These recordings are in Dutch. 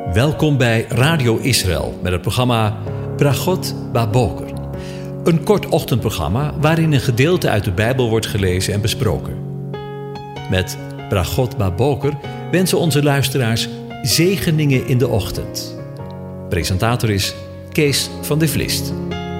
Welkom bij Radio Israël met het programma Bragot Baboker. Een kort ochtendprogramma waarin een gedeelte uit de Bijbel wordt gelezen en besproken. Met Bragot Baboker wensen onze luisteraars zegeningen in de ochtend. Presentator is Kees van de Vlist.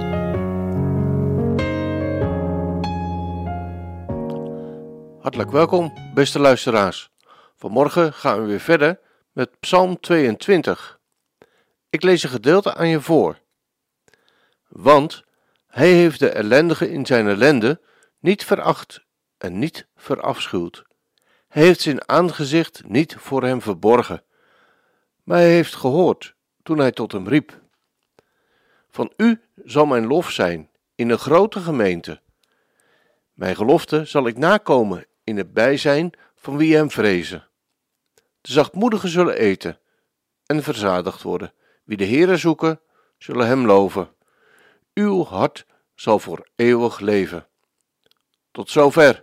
Hartelijk welkom, beste luisteraars. Vanmorgen gaan we weer verder met Psalm 22. Ik lees een gedeelte aan je voor. Want hij heeft de ellendige in zijn ellende niet veracht en niet verafschuwd. Hij heeft zijn aangezicht niet voor hem verborgen, maar hij heeft gehoord toen hij tot hem riep. Van u zal mijn lof zijn in een grote gemeente. Mijn gelofte zal ik nakomen in het bijzijn van wie hem vrezen. De zachtmoedigen zullen eten en verzadigd worden. Wie de Heere zoeken, zullen hem loven. Uw hart zal voor eeuwig leven. Tot zover.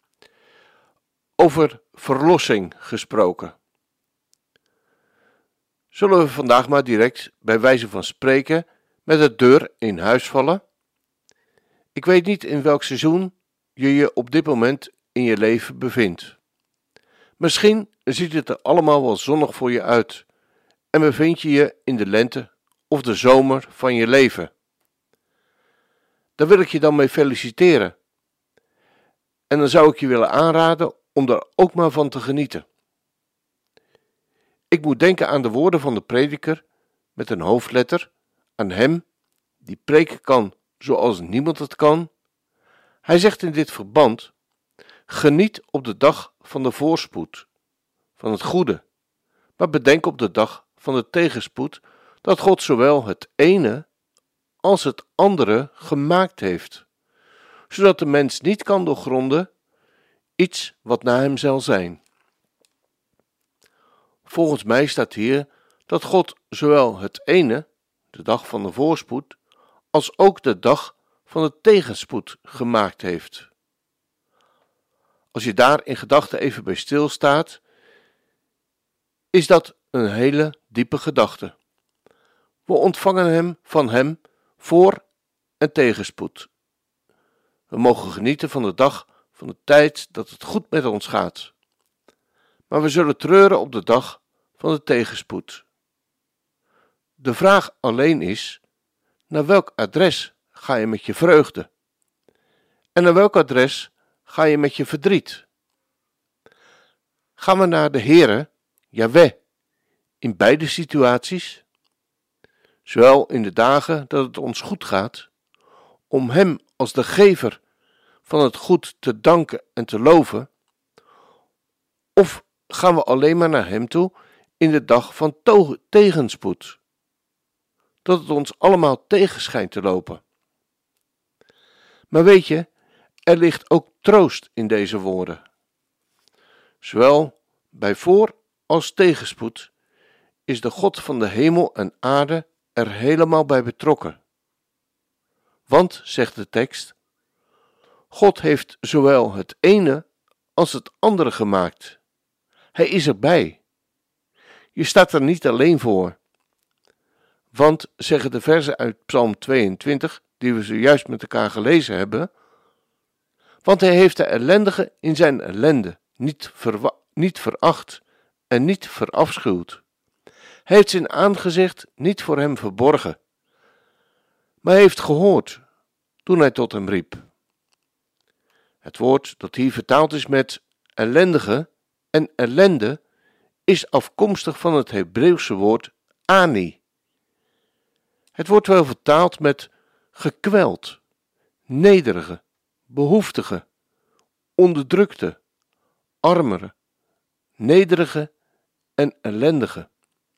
Over verlossing gesproken. Zullen we vandaag maar direct, bij wijze van spreken, met de deur in huis vallen? Ik weet niet in welk seizoen je je op dit moment in je leven bevindt. Misschien ziet het er allemaal wel zonnig voor je uit en bevind je je in de lente of de zomer van je leven. Daar wil ik je dan mee feliciteren. En dan zou ik je willen aanraden om daar ook maar van te genieten. Ik moet denken aan de woorden van de prediker met een hoofdletter, aan hem die preken kan zoals niemand het kan. Hij zegt in dit verband: geniet op de dag van de voorspoed, van het goede, maar bedenk op de dag van de tegenspoed dat God zowel het ene als het andere gemaakt heeft, zodat de mens niet kan doorgronden iets wat na hem zal zijn. Volgens mij staat hier dat God zowel het ene, de dag van de voorspoed, als ook de dag van de tegenspoed gemaakt heeft. Als je daar in gedachten even bij stilstaat, is dat een hele diepe gedachte. We ontvangen hem van hem voor- en tegenspoed. We mogen genieten van de dag, van de tijd dat het goed met ons gaat. Maar we zullen treuren op de dag van de tegenspoed. De vraag alleen is: naar welk adres ga je met je vreugde? En naar welk adres ga je met je verdriet? Gaan we naar de Heere, Jahweh, in beide situaties? Zowel in de dagen dat het ons goed gaat, om hem als de gever van het goed te danken en te loven, of gaan we alleen maar naar hem toe in de dag van tegenspoed, dat het ons allemaal tegen schijnt te lopen? Maar weet je, er ligt ook troost in deze woorden. Zowel bij voor- als tegenspoed is de God van de hemel en aarde er helemaal bij betrokken. Want, zegt de tekst, God heeft zowel het ene als het andere gemaakt. Hij is erbij. Je staat er niet alleen voor. Want, zeggen de verzen uit Psalm 22, die we zojuist met elkaar gelezen hebben, want hij heeft de ellendige in zijn ellende niet veracht en niet verafschuwd. Hij heeft zijn aangezicht niet voor hem verborgen, maar hij heeft gehoord toen hij tot hem riep. Het woord dat hier vertaald is met ellendige en ellende is afkomstig van het Hebreeuwse woord ani. Het wordt wel vertaald met gekweld, nederige, behoeftige, onderdrukte, armere, nederige en ellendige.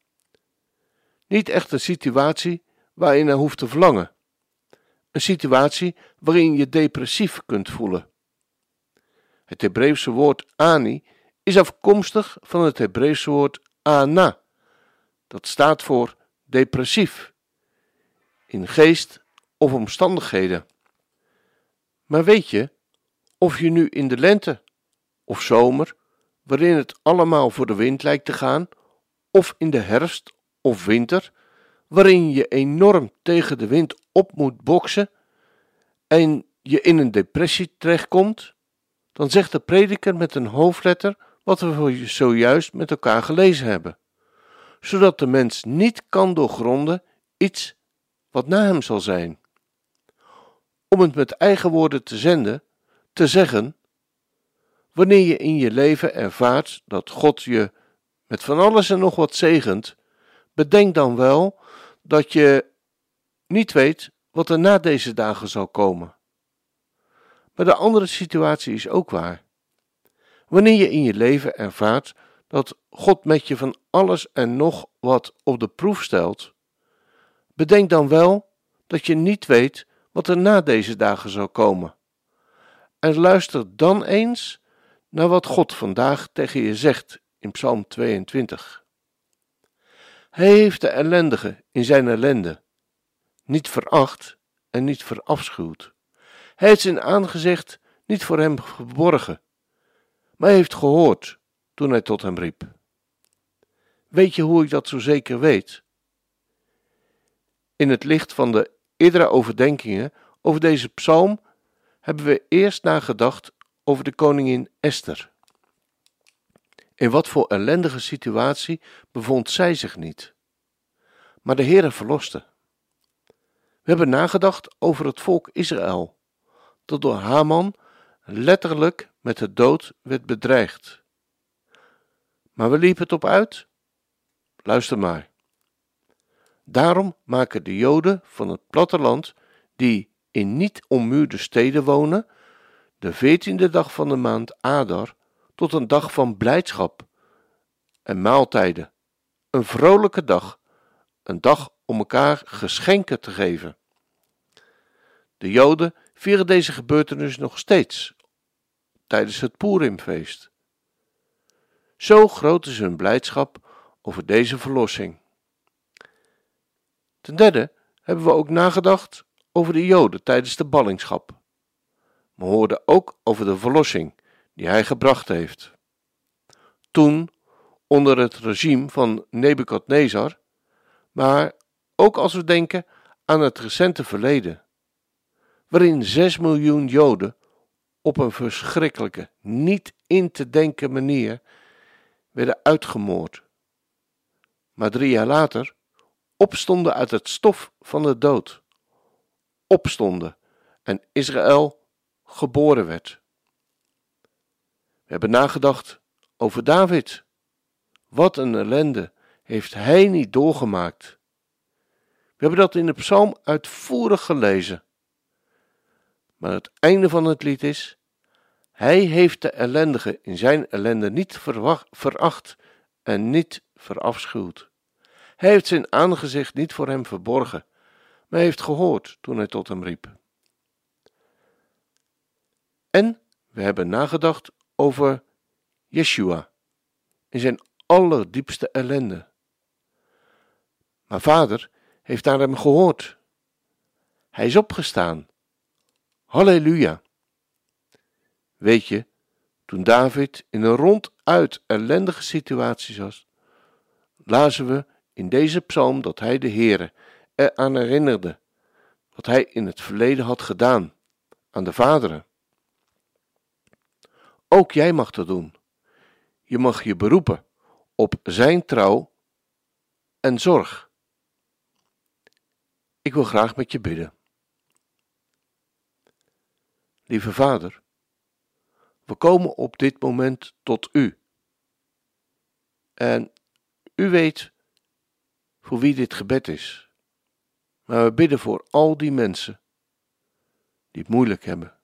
Niet echt een situatie waar je naar hoeft te verlangen. Een situatie waarin je depressief kunt voelen. Het Hebreeuwse woord ani is afkomstig van het Hebreeuwse woord ana. Dat staat voor depressief, in geest of omstandigheden. Maar weet je, of je nu in de lente of zomer, waarin het allemaal voor de wind lijkt te gaan, of in de herfst of winter, waarin je enorm tegen de wind op moet boksen en je in een depressie terechtkomt, dan zegt de prediker met een hoofdletter wat we zojuist met elkaar gelezen hebben, zodat de mens niet kan doorgronden iets wat na hem zal zijn. Om het met eigen woorden te zeggen, wanneer je in je leven ervaart dat God je met van alles en nog wat zegent, bedenk dan wel dat je niet weet wat er na deze dagen zal komen. Maar de andere situatie is ook waar. Wanneer je in je leven ervaart dat God met je van alles en nog wat op de proef stelt, bedenk dan wel dat je niet weet wat er na deze dagen zal komen. En luister dan eens naar wat God vandaag tegen je zegt in Psalm 22. Hij heeft de ellendige in zijn ellende niet veracht en niet verafschuwd. Hij heeft zijn aangezicht niet voor hem verborgen, maar hij heeft gehoord toen hij tot hem riep. Weet je hoe ik dat zo zeker weet? In het licht van de eerdere overdenkingen over deze psalm hebben we eerst nagedacht over de koningin Esther. In wat voor ellendige situatie bevond zij zich niet, maar de Heere verloste. We hebben nagedacht over het volk Israël, dat door Haman letterlijk met de dood werd bedreigd. Maar waar liep het op uit? Luister maar. Daarom maken de Joden van het platteland, die in niet ommuurde steden wonen, de 14e dag van de maand Adar tot een dag van blijdschap en maaltijden, een vrolijke dag, een dag om elkaar geschenken te geven. De Joden vieren deze gebeurtenis nog steeds tijdens het Poerimfeest. Zo groot is hun blijdschap over deze verlossing. Ten derde hebben we ook nagedacht over de Joden tijdens de ballingschap. We hoorden ook over de verlossing die hij gebracht heeft. Toen onder het regime van Nebukadnezar, maar ook als we denken aan het recente verleden, waarin 6 miljoen Joden op een verschrikkelijke, niet in te denken manier werden uitgemoord, maar 3 jaar later opstonden uit het stof van de dood, opstonden en Israël geboren werd. We hebben nagedacht over David. Wat een ellende heeft hij niet doorgemaakt. We hebben dat in de psalm uitvoerig gelezen. Maar het einde van het lied is: hij heeft de ellendige in zijn ellende niet veracht en niet verafschuwd. Hij heeft zijn aangezicht niet voor hem verborgen, maar heeft gehoord toen hij tot hem riep. En we hebben nagedacht over Yeshua in zijn allerdiepste ellende. Maar Vader heeft naar hem gehoord. Hij is opgestaan. Halleluja! Weet je, toen David in een ronduit ellendige situatie was, lazen we in deze psalm dat hij de Heere eraan herinnerde wat hij in het verleden had gedaan aan de vaderen. Ook jij mag dat doen. Je mag je beroepen op zijn trouw en zorg. Ik wil graag met je bidden. Lieve Vader, we komen op dit moment tot u. En u weet voor wie dit gebed is. Maar we bidden voor al die mensen die het moeilijk hebben.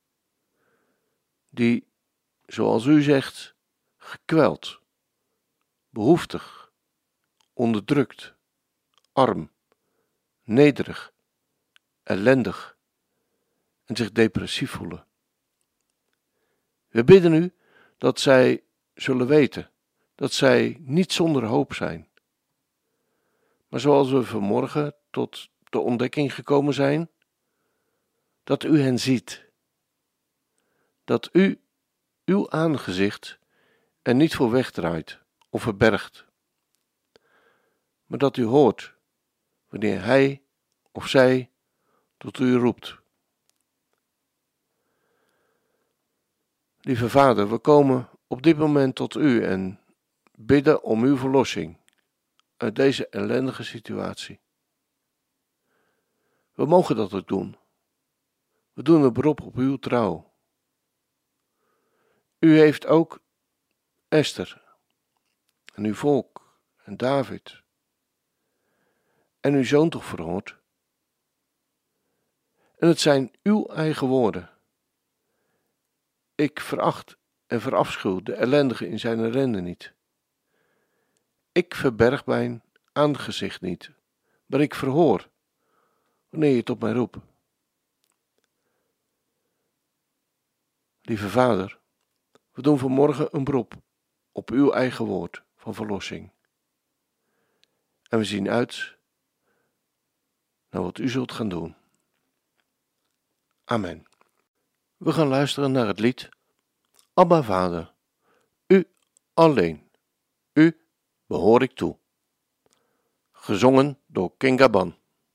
Die, zoals u zegt, gekweld, behoeftig, onderdrukt, arm, nederig, ellendig en zich depressief voelen. We bidden u dat zij zullen weten dat zij niet zonder hoop zijn. Maar zoals we vanmorgen tot de ontdekking gekomen zijn, dat u hen ziet. Dat u uw aangezicht er niet voor wegdraait of verbergt. maar dat u hoort wanneer hij of zij tot u roept. Lieve Vader, we komen op dit moment tot u en bidden om uw verlossing uit deze ellendige situatie. We mogen dat ook doen. We doen een beroep op uw trouw. U heeft ook Esther en uw volk en David en uw zoon toch verhoord. En het zijn uw eigen woorden. Ik veracht en verafschuw de ellendige in zijn ellende niet. Ik verberg mijn aangezicht niet, maar ik verhoor wanneer je tot mij roept. Lieve Vader, we doen vanmorgen een beroep op uw eigen woord van verlossing. En we zien uit naar wat u zult gaan doen. Amen. We gaan luisteren naar het lied Abba Vader, u alleen, u behoor ik toe. Gezongen door King Gaban.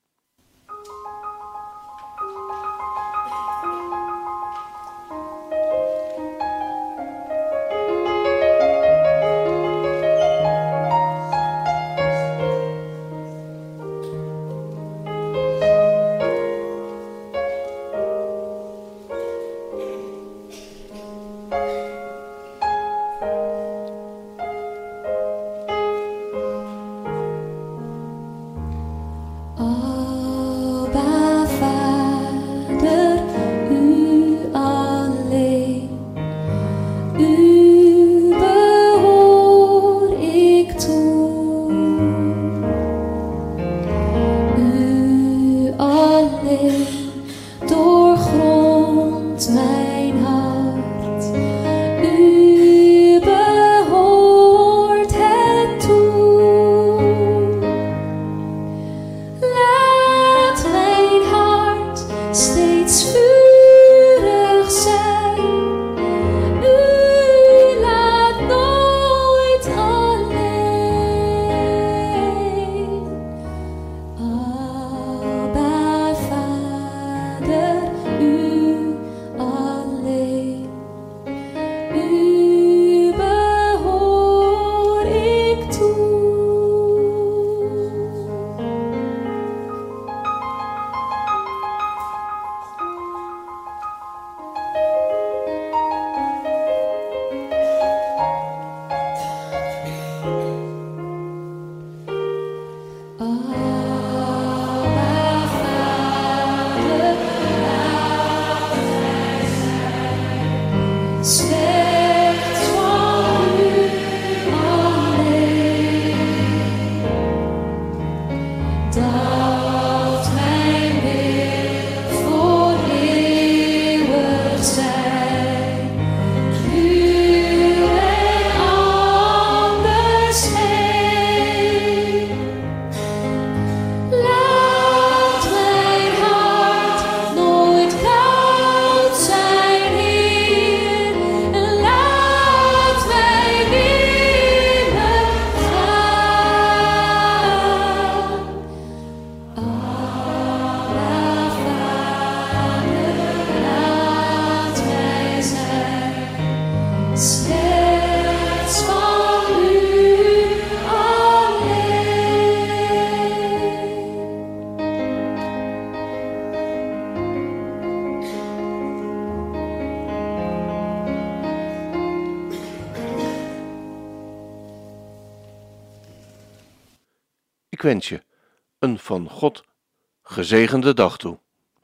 Ik wens je een van God gezegende dag toe.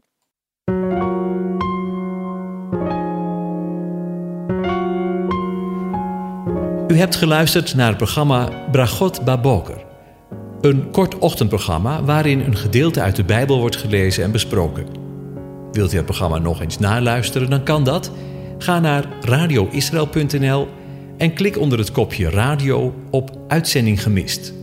U hebt geluisterd naar het programma Bragot Baboker. Een kort ochtendprogramma waarin een gedeelte uit de Bijbel wordt gelezen en besproken. Wilt u het programma nog eens naluisteren, dan kan dat. Ga naar radioisrael.nl en klik onder het kopje radio op Uitzending gemist.